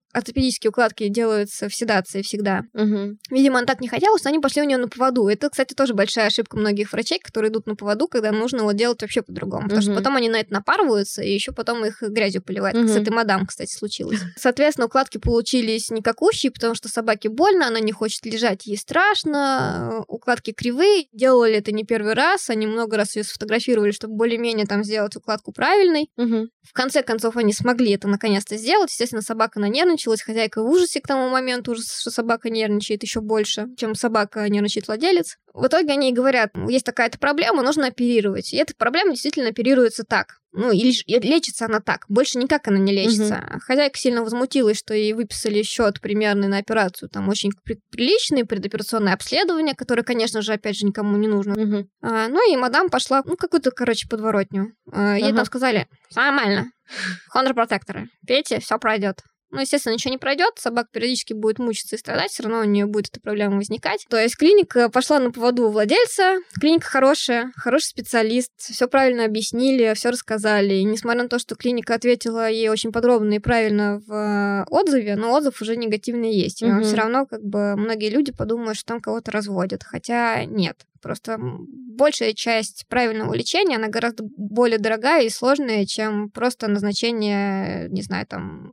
ортопедические укладки делаются в седации всегда. Угу. Видимо, он так не хотел, что они пошли у нее на поводу. Это, кстати, тоже большая ошибка многих врачей, которые идут на поводу, когда нужно вот делать вообще по-другому. Потому Мгм. что потом они на это напарываются, и еще потом их грязью поливают. Мгм. С этой мадам, кстати, случилось. Соответственно, укладки получились никакущие, потому что собаке больно, она не хочет лежать, ей страшно. Укладки кривые. Делали это не первый раз. Они много раз ее сфотографировали, чтобы более-менее там сделать укладку правильной. Угу. В конце концов, они смогли это наконец-то сделать. Естественно, собака нанервничалась, хозяйка в ужасе к тому моменту, ужас, что собака нервничает еще больше, чем собака нервничает владелец. В итоге они говорят, есть такая-то проблема, нужно оперировать. И эта проблема действительно оперируется так. Ну, и леж- и лечится она так. Больше никак она не лечится. Мгм. Хозяйка сильно возмутилась, что ей выписали счет примерный на операцию. Там очень при- приличные предоперационные обследования, которые, конечно же, опять же, никому не нужно. Угу. А, ну и мадам пошла, ну, какую-то, короче, подворотню. А, ей Ага. там сказали, все нормально, хондропротекторы, пейте, все пройдет. Ну, естественно, ничего не пройдет, собака периодически будет мучиться и страдать, все равно у нее будет эта проблема возникать. То есть клиника пошла на поводу у владельца, клиника хорошая, хороший специалист, все правильно объяснили, все рассказали. И несмотря на то, что клиника ответила ей очень подробно и правильно в э, отзыве, но отзыв уже негативный есть. И Мгм. все равно как бы многие люди подумают, что там кого-то разводят, хотя нет. Просто м, большая часть правильного лечения, она гораздо более дорогая и сложная, чем просто назначение, не знаю, там,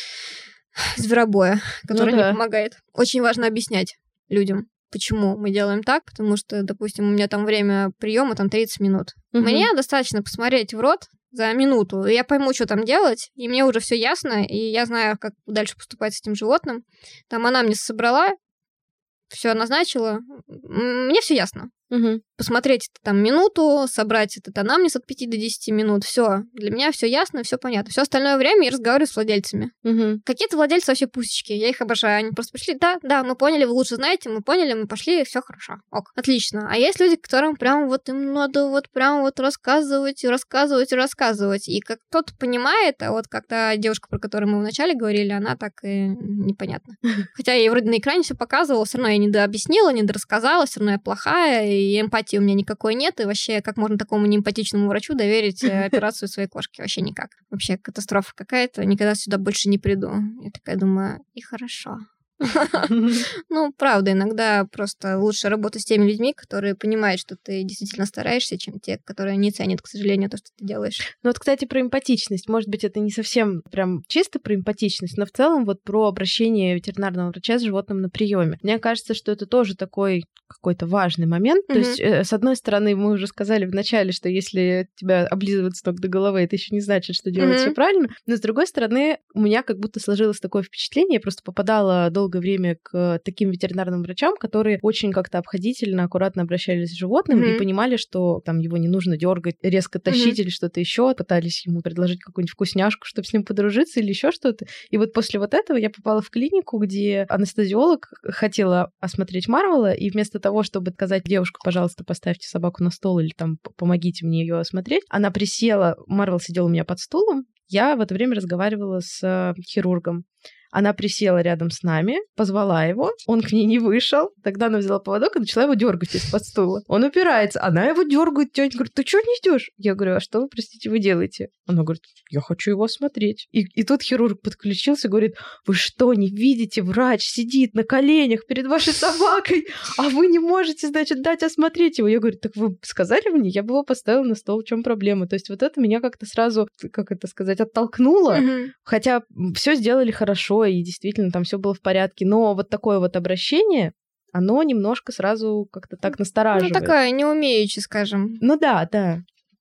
зверобоя, который Ну да. не помогает. Очень важно объяснять людям, почему мы делаем так, потому что, допустим, у меня там время приема там тридцать минут. Мгм. Мне достаточно посмотреть в рот за минуту, и я пойму, что там делать, и мне уже все ясно, и я знаю, как дальше поступать с этим животным. Там анамнез собрала, все назначила, м, мне все ясно. Угу. Посмотреть это там минуту, собрать этот анамнез от пяти до десяти минут. Все. Для меня все ясно, все понятно. Все остальное время я разговариваю с владельцами. Угу. Какие-то владельцы вообще пусечки, я их обожаю. Они просто пришли, да, да, мы поняли, вы лучше знаете, мы поняли, мы пошли, все хорошо. Ок, отлично. А есть люди, которым прям вот им надо вот прям вот рассказывать, и рассказывать, и рассказывать. И как кто-то понимает, а вот как-то девушка, про которую мы вначале говорили, она так и непонятно. Хотя я ей вроде на экране все показывала, все равно я недообъяснила, недорассказала, все равно я плохая, и эмпатии у меня никакой нет, и вообще как можно такому неэмпатичному врачу доверить э, операцию своей кошки? Вообще никак. Вообще катастрофа какая-то, никогда сюда больше не приду. Я такая думаю, и хорошо. Ну, правда, иногда просто лучше работать с теми людьми, которые понимают, что ты действительно стараешься, чем те, которые не ценят, к сожалению, то, что ты делаешь. Ну вот, кстати, про эмпатичность. Может быть, это не совсем прям чисто про эмпатичность, но в целом вот про обращение ветеринарного врача с животным на приеме. Мне кажется, что это тоже такой какой-то важный момент. То Мгм. есть, э, с одной стороны, мы уже сказали в начале, что если тебя облизывают с ног до головы, это еще не значит, что делать Мгм. все правильно. Но с другой стороны, у меня как будто сложилось такое впечатление, я просто попадала долгое время к таким ветеринарным врачам, которые очень как-то обходительно, аккуратно обращались с животным Мгм. и понимали, что там его не нужно дергать, резко тащить или что-то еще, пытались ему предложить какую-нибудь вкусняшку, чтобы с ним подружиться или еще что-то. И вот после вот этого я попала в клинику, где анестезиолог хотела осмотреть Марвела, и вместо того, чтобы сказать: девушка, пожалуйста, поставьте собаку на стол или там помогите мне ее осмотреть, она присела, Марвел сидел у меня под стулом, я в это время разговаривала с э, хирургом. Она присела рядом с нами, позвала его, он к ней не вышел. Тогда она взяла поводок и начала его дергать из-под стула. Он упирается, она его дергает, тетя говорит: ты что не ждешь? Я говорю: а что вы, простите, вы делаете? Она говорит: я хочу его осмотреть. И, и тут хирург подключился и говорит: вы что, не видите, врач сидит на коленях перед вашей собакой, а вы не можете, значит, дать осмотреть его. Я говорю: так вы сказали мне, я бы его поставила на стол, в чем проблема? То есть вот это меня как-то сразу, как это сказать, оттолкнуло. Мгм. Хотя все сделали хорошо, и действительно там все было в порядке. Но вот такое вот обращение, оно немножко сразу как-то так Ну, настораживает. такая неумеючая, скажем. Ну да, да.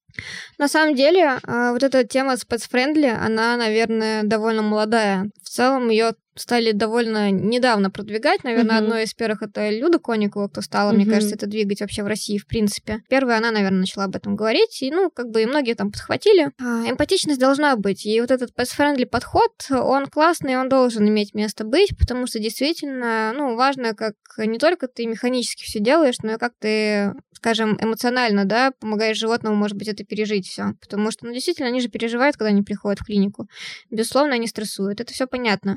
На самом деле, а, вот эта тема с pets-friendly, она, наверное, довольно молодая. В целом, ее стали довольно недавно продвигать. Наверное, Мгм. одной из первых это Люда Коникова, кто стала, мне Мгм. кажется, это двигать вообще в России, в принципе. Первая она, наверное, начала об этом говорить, и, ну, как бы и многие там подхватили. А, эмпатичность должна быть, и вот этот pets-friendly подход, он классный, он должен иметь место быть, потому что действительно, ну, важно, как не только ты механически все делаешь, но и как ты, скажем, эмоционально, да, помогаешь животному, может быть, это пережить все, потому что, ну, действительно, они же переживают, когда они приходят в клинику. Безусловно, они стрессуют, это все понятно. А,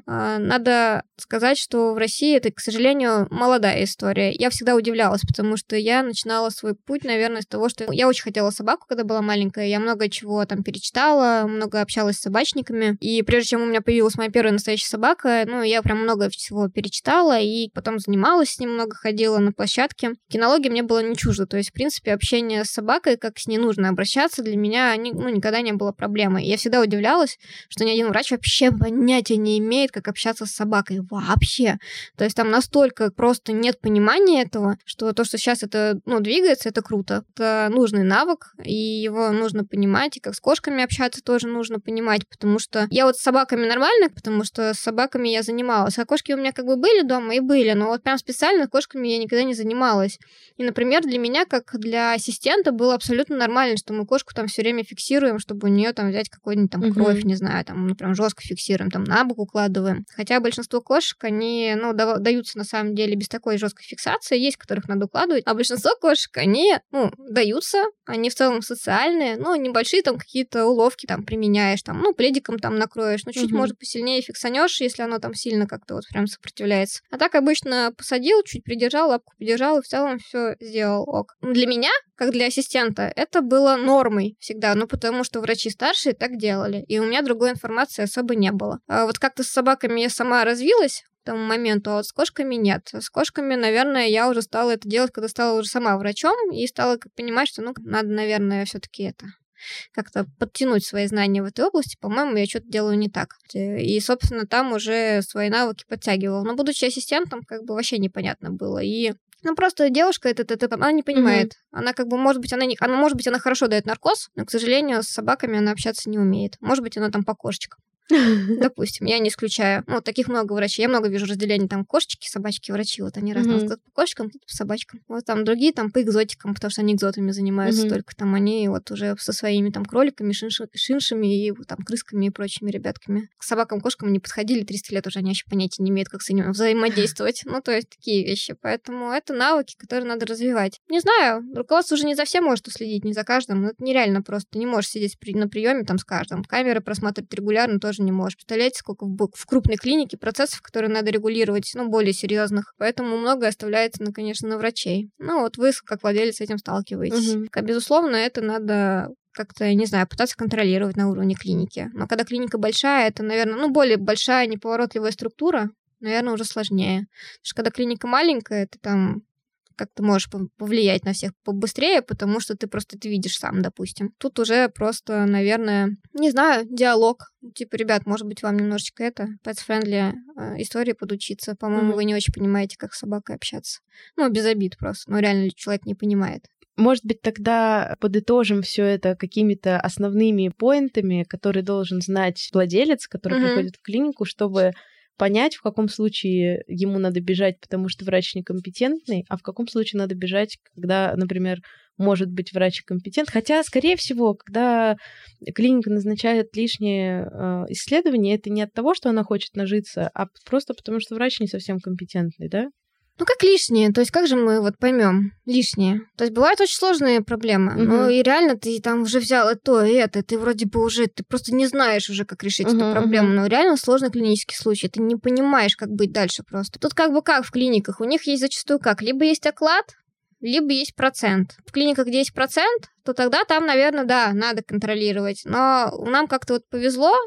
надо сказать, что в России это, к сожалению, молодая история. Я всегда удивлялась, потому что я начинала свой путь, наверное, с того, что я очень хотела собаку, когда была маленькая. Я много чего там перечитала, много общалась с собачниками. И прежде чем у меня появилась моя первая настоящая собака, ну, я прям много всего перечитала, и потом занималась с ним, много ходила на площадке. Кинология мне было не чуждо. То есть, в принципе, общение с собакой, как с ней нужно обращаться, для меня ну, никогда не было проблемой. Я всегда удивлялась, что ни один врач вообще понятия не имеет, как общаться с собакой. Вообще. То есть там настолько просто нет понимания этого, что то, что сейчас это ну, двигается, это круто. Это нужный навык, и его нужно понимать. И как с кошками общаться тоже нужно понимать, потому что я вот с собаками нормально, потому что с собаками я занималась. А кошки у меня как бы были дома и были, но вот прям специально кошками я никогда не занималась. И, например, для меня, как для ассистента, было абсолютно нормально, что мы кошку там все время фиксируем, чтобы у нее там взять какой-нибудь там кровь, uh-huh. не знаю, там, ну, прям жестко фиксируем, там на бок укладываем. Хотя большинство кошек, они, ну, да, даются на самом деле без такой жесткой фиксации, есть, которых надо укладывать, а большинство кошек, они, ну, даются, они в целом социальные, ну, небольшие там какие-то уловки там применяешь, там, ну, пледиком там накроешь, ну, чуть, uh-huh. может, посильнее фиксанешь, если оно там сильно как-то вот прям сопротивляется. А так обычно посадил, чуть придержал, лапку придержал, и в целом все сделал ок. Для меня, как для ассистента, это было нормой всегда, ну, потому что врачи старшие так делали, и у меня другой информации особо не было. А вот как-то с собаками я сама развилась к тому моменту, а вот с кошками нет. С кошками, наверное, я уже стала это делать, когда стала уже сама врачом, и стала понимать, что, ну, надо, наверное, все-таки это как-то подтянуть свои знания в этой области. По-моему, я что-то делаю не так. И, собственно, там уже свои навыки подтягивала. Но, будучи ассистентом, как бы вообще непонятно было. И ну, просто девушка, это, это, это, она не понимает. Mm-hmm. Она как бы, может быть, она, не, она, может быть, она хорошо дает наркоз, но, к сожалению, с собаками она общаться не умеет. Может быть, она там по кошечкам. Допустим, я не исключаю. Ну, таких много врачей. Я много вижу разделений, там, кошечки, собачки, врачи. Вот они разные. Mm-hmm. Кто-то по кошечкам, кто-то по собачкам. Вот там другие там по экзотикам, потому что они экзотами занимаются mm-hmm. только. Там они вот уже со своими там кроликами, шинш- шиншами и там крысками и прочими ребятками. К собакам, кошкам не подходили триста лет уже, они вообще понятия не имеют, как с ними взаимодействовать. Ну, то есть такие вещи. Поэтому это навыки, которые надо развивать. Не знаю, руководство уже не за всем может уследить, не за каждым. Но это нереально просто. Ты не можешь сидеть на приеме там с каждым. Камеры просматривать регулярно тоже не можешь. Представляете, сколько в, в крупной клинике процессов, которые надо регулировать, ну, более серьезных. Поэтому многое оставляется, ну, конечно, на врачей. Ну, вот вы, как владелец, с этим сталкиваетесь. Угу. Безусловно, это надо как-то, не знаю, пытаться контролировать на уровне клиники. Но когда клиника большая, это, наверное, ну, более большая, неповоротливая структура, наверное, уже сложнее. Потому что когда клиника маленькая, ты там как ты можешь повлиять на всех побыстрее, потому что ты просто это видишь сам, допустим. Тут уже просто, наверное, не знаю, диалог. Типа, ребят, может быть, вам немножечко это, pet-friendly э, истории подучиться. По-моему, mm-hmm. вы не очень понимаете, как с собакой общаться. Ну, без обид просто. Но реально человек не понимает. Может быть, тогда подытожим все это какими-то основными поинтами, которые должен знать владелец, который mm-hmm. приходит в клинику, чтобы понять, в каком случае ему надо бежать, потому что врач некомпетентный, а в каком случае надо бежать, когда, например, может быть врач компетент. Хотя, скорее всего, когда клиника назначает лишние э, исследования, это не от того, что она хочет нажиться, а просто потому, что врач не совсем компетентный, да? Ну, как лишние? То есть как же мы вот поймем лишние? То есть бывают очень сложные проблемы. Uh-huh. Ну, и реально ты там уже взял и то, и это, ты вроде бы уже, ты просто не знаешь уже, как решить uh-huh, эту проблему. Uh-huh. Но реально сложный клинический случай. Ты не понимаешь, как быть дальше просто. Тут как бы как в клиниках? У них есть зачастую как? Либо есть оклад, либо есть процент. В клиниках, где есть процент, то тогда там, наверное, да, надо контролировать. Но нам как-то вот повезло,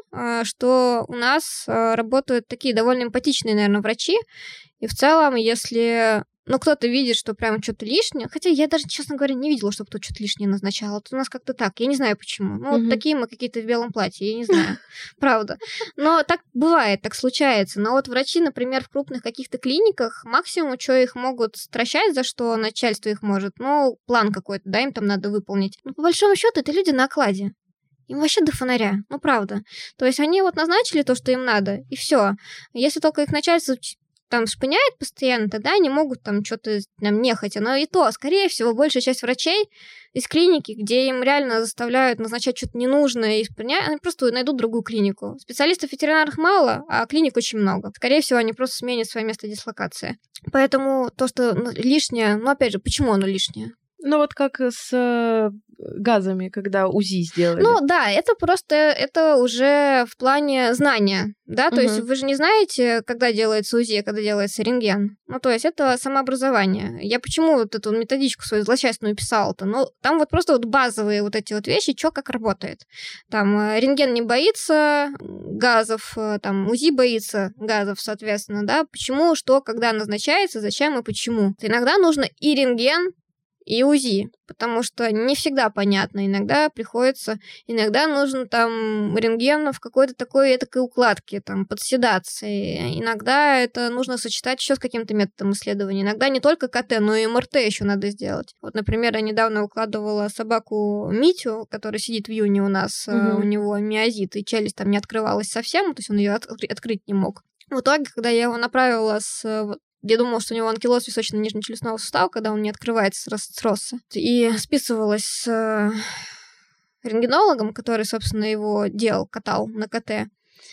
что у нас работают такие довольно эмпатичные, наверное, врачи. И в целом, если, ну, кто-то видит, что прям что-то лишнее, хотя я даже, честно говоря, не видела, что кто-то что-то лишнее назначал. Вот у нас как-то так, я не знаю почему. Ну, mm-hmm. вот такие мы какие-то в белом платье, я не знаю, правда. Но так бывает, так случается. Но вот врачи, например, в крупных каких-то клиниках, максимум, что их могут стращать, за что начальство их может, ну, план какой-то, да, им там надо выполнить. Но по большому счету это люди на окладе. Им вообще до фонаря, ну, правда. То есть они вот назначили то, что им надо, и все. Если только их начальство там шпыняет постоянно, тогда они могут там что-то там нехотя. Но и то, скорее всего, большая часть врачей из клиники, где им реально заставляют назначать что-то ненужное и шпынять, они просто найдут другую клинику. Специалистов ветеринарных мало, а клиник очень много. Скорее всего, они просто сменят свое место дислокации. Поэтому то, что лишнее, ну, опять же, почему оно лишнее? Ну вот как с э, газами, когда УЗИ сделали. Ну да, это просто, это уже в плане знания, да, то Мгм. есть вы же не знаете, когда делается УЗИ, а когда делается рентген. Ну то есть это самообразование. Я почему вот эту методичку свою злосчастную писала-то? Ну там вот просто вот базовые вот эти вот вещи, что как работает. Там э, рентген не боится газов, э, там УЗИ боится газов, соответственно, да. Почему, что, когда назначается, зачем и почему. Иногда нужно и рентген, и УЗИ, потому что не всегда понятно. Иногда приходится, иногда нужно там рентген в какой-то такой этакой укладке, там, под седацией. Иногда это нужно сочетать еще с каким-то методом исследования. Иногда не только КТ, но и МРТ еще надо сделать. Вот, например, я недавно укладывала собаку Митю, который сидит в июне у нас, Мгм. у него миозит, и челюсть там не открывалась совсем, то есть он ее открыть не мог. В итоге, когда я его направила с я думала, что у него анкилоз височно-нижнечелюстного сустава, когда он не открывается, сросся. И списывалась с э, рентгенологом, который, собственно, его делал, катал на КТ.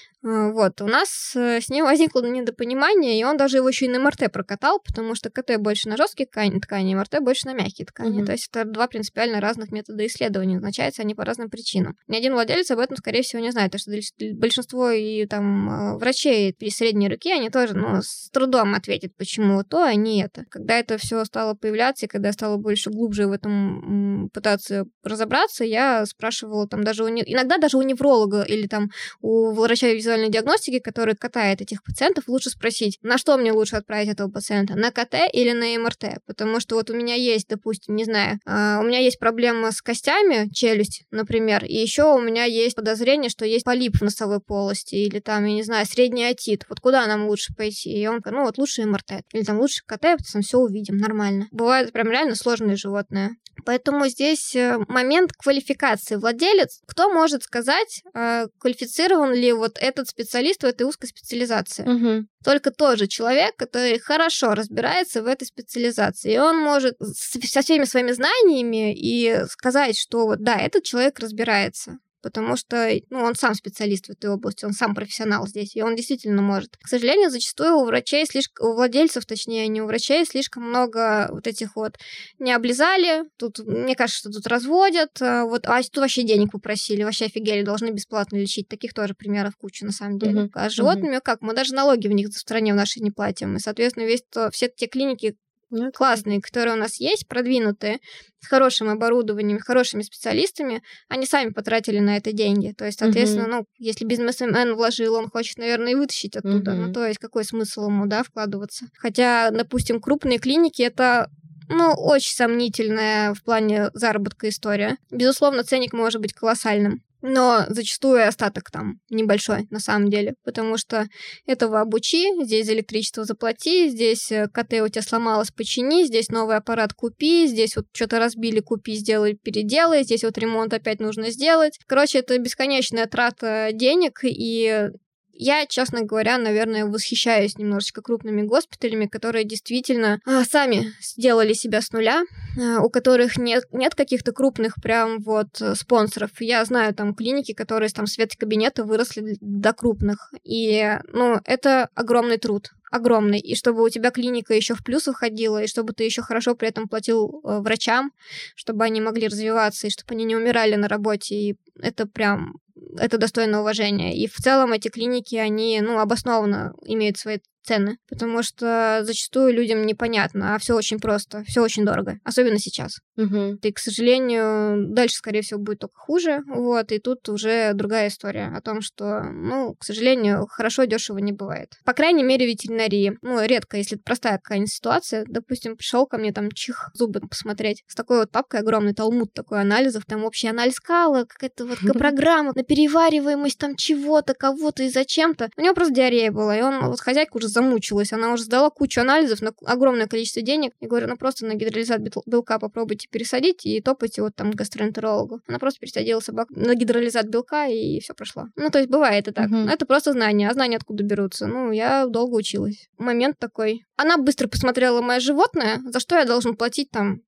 Вот, у нас с ним возникло недопонимание, и он даже его еще и на МРТ прокатал, потому что КТ больше на жесткие ткани, ткани МРТ больше на мягкие ткани. Mm-hmm. То есть это два принципиально разных метода исследования, назначаются они по разным причинам. Ни один владелец об этом, скорее всего, не знает, потому что большинство и там врачей при средней руке, они тоже, ну, с трудом ответят, почему то, а не это. Когда это все стало появляться, и когда я стала больше глубже в этом пытаться разобраться, я спрашивала там даже у не... иногда даже у невролога или там у врача визуальной диагностики, который катает этих пациентов, лучше спросить, на что мне лучше отправить этого пациента, на КТ или на МРТ, потому что вот у меня есть, допустим, не знаю, э, у меня есть проблема с костями, челюсть, например, и еще у меня есть подозрение, что есть полип в носовой полости, или там, я не знаю, средний отит, вот куда нам лучше пойти? И он говорит, ну вот лучше МРТ, или там лучше КТ, потому что все увидим, нормально. Бывают прям реально сложные животные. Поэтому здесь момент квалификации. Владелец, кто может сказать, квалифицирован ли вот этот специалист в этой узкой специализации? Угу. Только тот же человек, который хорошо разбирается в этой специализации. И он может со всеми своими знаниями и сказать, что вот да, этот человек разбирается. Потому что ну, он сам специалист в этой области, он сам профессионал здесь, и он действительно может. К сожалению, зачастую у врачей, слишком, у владельцев, точнее, не у врачей, слишком много вот этих вот не облизали, тут, мне кажется, что тут разводят, вот, а тут вообще денег попросили, вообще офигели, должны бесплатно лечить. Таких тоже примеров куча, на самом деле. Uh-huh. А с животными uh-huh. как? Мы даже налоги в них в стране в нашей не платим, и, соответственно, весь то, все те клиники, Нет. классные, которые у нас есть, продвинутые, с хорошим оборудованием, хорошими специалистами, они сами потратили на это деньги. То есть, соответственно, uh-huh. ну, если бизнесмен вложил, он хочет, наверное, и вытащить оттуда. Uh-huh. Ну, то есть, какой смысл ему, да, вкладываться? Хотя, допустим, крупные клиники — это ну, очень сомнительная в плане заработка история. Безусловно, ценник может быть колоссальным. Но зачастую остаток там небольшой, на самом деле, потому что этого обучи, здесь за электричество заплати, здесь КТ у тебя сломалось, почини, здесь новый аппарат купи, здесь вот что-то разбили, купи, сделай, переделай, здесь вот ремонт опять нужно сделать. Короче, это бесконечная трата денег, и я, честно говоря, наверное, восхищаюсь немножечко крупными госпиталями, которые действительно а, сами сделали себя с нуля, а, у которых нет, нет каких-то крупных прям вот спонсоров. Я знаю там клиники, которые там с веткабинета выросли до крупных. И, ну, это огромный труд. Огромный. И чтобы у тебя клиника еще в плюс выходила, и чтобы ты еще хорошо при этом платил э, врачам, чтобы они могли развиваться, и чтобы они не умирали на работе. И это прям, это достойно уважения. И в целом эти клиники, они, ну, обоснованно имеют свои цены, потому что зачастую людям непонятно, а все очень просто, все очень дорого, особенно сейчас. Угу. И, к сожалению, дальше, скорее всего, будет только хуже, вот, и тут уже другая история о том, что, ну, к сожалению, хорошо дешево не бывает. По крайней мере, в ветеринарии. Ну, редко, если это простая какая-нибудь ситуация, допустим, пришел ко мне там чих, зубы посмотреть, с такой вот папкой огромный, талмуд такой анализов, там общий анализ кала, какая-то вот программа на перевариваемость там чего-то, кого-то и зачем-то. У него просто диарея была, и он, вот хозяйка уже замучилась, она уже сдала кучу анализов на огромное количество денег. Я говорю, ну просто на гидролизат белка попробуйте пересадить и топайте вот там к гастроэнтерологу. Она просто пересадила собаку на гидролизат белка, и все прошло. Ну, то есть бывает и так. Uh-huh. Это просто знания. А знания откуда берутся? Ну, я долго училась. Момент такой. Она быстро посмотрела мое животное, за что я должен платить там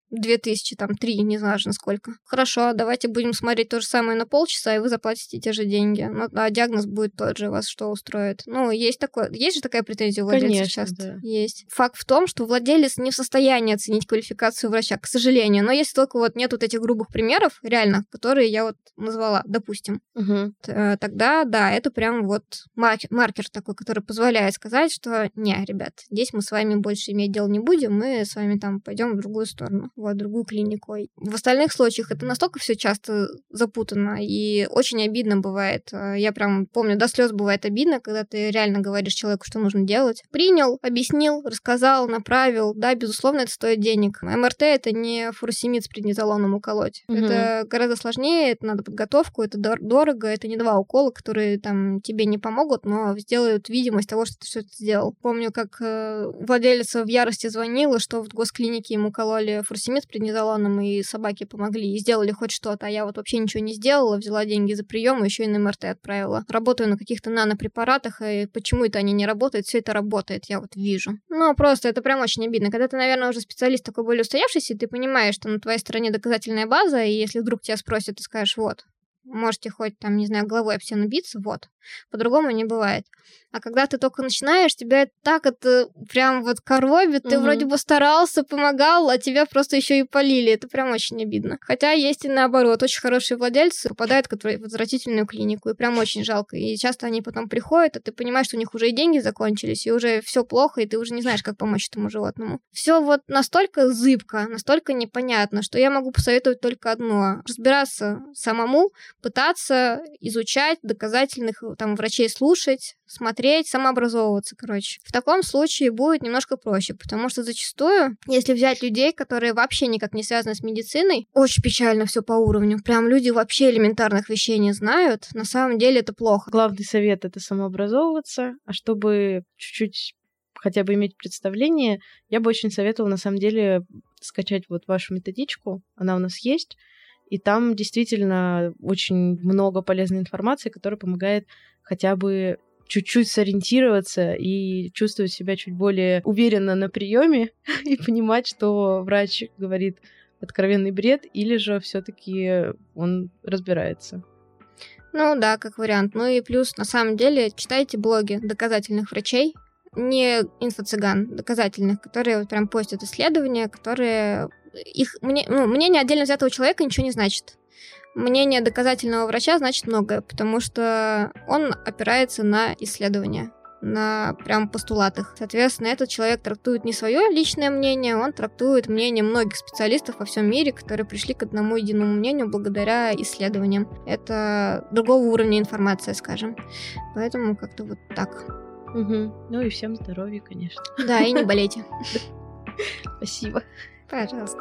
две тысячи, там, три, не знаю же сколько. Хорошо, давайте будем смотреть то же самое на полчаса, и вы заплатите те же деньги. Ну, а диагноз будет тот же, вас что устроит? Ну, есть такое, есть же такая претензия у владельцев Конечно, часто? да. Есть. Факт в том, что владелец не в состоянии оценить квалификацию врача, к сожалению. Но если только вот нет вот этих грубых примеров, реально, которые я вот назвала, допустим, Угу. тогда, да, это прям вот маркер, маркер такой, который позволяет сказать, что не, ребят, здесь мы с вами больше иметь дело не будем, мы с вами там пойдем в другую сторону, в другую клинику. В остальных случаях это настолько все часто запутано и очень обидно бывает. Я прям помню, до слез бывает обидно, когда ты реально говоришь человеку, что нужно делать. Принял, объяснил, рассказал, направил. Да, безусловно, это стоит денег. МРТ — это не фуросемид с преднизолоном уколоть. Угу. Это гораздо сложнее, это надо подготовку, это дор- дорого, это не два укола, которые там тебе не помогут, но сделают видимость того, что ты что-то сделал. Помню, как э, владелица в ярости звонила, что в госклинике ему кололи фуросемид с преднизолоном, и собаки помогли, и сделали хоть что-то, а я вот вообще ничего не сделала, взяла деньги за прием, и еще и на МРТ отправила. Работаю на каких-то нанопрепаратах, и почему это они не работают, все это работает, я вот вижу. Ну, просто это прям очень обидно. Когда ты, наверное, уже специалист такой более устоявшийся, и ты понимаешь, что на твоей стороне доказательная база, и если вдруг тебя спросят, ты скажешь, вот, можете хоть там, не знаю, головой об стену биться, вот. По-другому не бывает. А когда ты только начинаешь, тебя так это прям вот коробит, ты угу. вроде бы старался, помогал, а тебя просто еще и полили. Это прям очень обидно. Хотя есть и наоборот. Очень хорошие владельцы попадают в отвратительную клинику, и прям очень жалко. И часто они потом приходят, а ты понимаешь, что у них уже и деньги закончились, и уже все плохо, и ты уже не знаешь, как помочь этому животному. Все вот настолько зыбко, настолько непонятно, что я могу посоветовать только одно. Разбираться самому, пытаться изучать, доказательных там врачей слушать, смотреть, самообразовываться, короче. В таком случае будет немножко проще, потому что зачастую, если взять людей, которые вообще никак не связаны с медициной, очень печально все по уровню. Прям люди вообще элементарных вещей не знают. На самом деле это плохо. Главный совет — это самообразовываться, а чтобы чуть-чуть хотя бы иметь представление, я бы очень советовала, на самом деле, скачать вот вашу методичку, она у нас есть, и там действительно очень много полезной информации, которая помогает хотя бы чуть-чуть сориентироваться и чувствовать себя чуть более уверенно на приеме и понимать, что врач говорит откровенный бред или же все-таки он разбирается. Ну да, как вариант. Ну и плюс, на самом деле, читайте блоги доказательных врачей, не инфо-цыган, доказательных, которые вот прям постят исследования, которые... Их, мне, ну, мнение отдельно взятого человека ничего не значит. Мнение доказательного врача значит многое, потому что он опирается на исследования, на прям постулатах. Соответственно, этот человек трактует не свое личное мнение, он трактует мнение многих специалистов во всем мире, которые пришли к одному единому мнению благодаря исследованиям. Это другого уровня информация, скажем. Поэтому как-то вот так. Угу. Ну и всем здоровья, конечно. Да, и не болейте. Спасибо. Пожалуйста.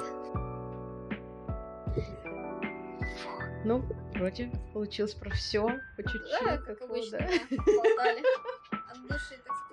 Ну, вроде получилось про все по чуть-чуть. Да, как обычно, болтали от души, так сказать.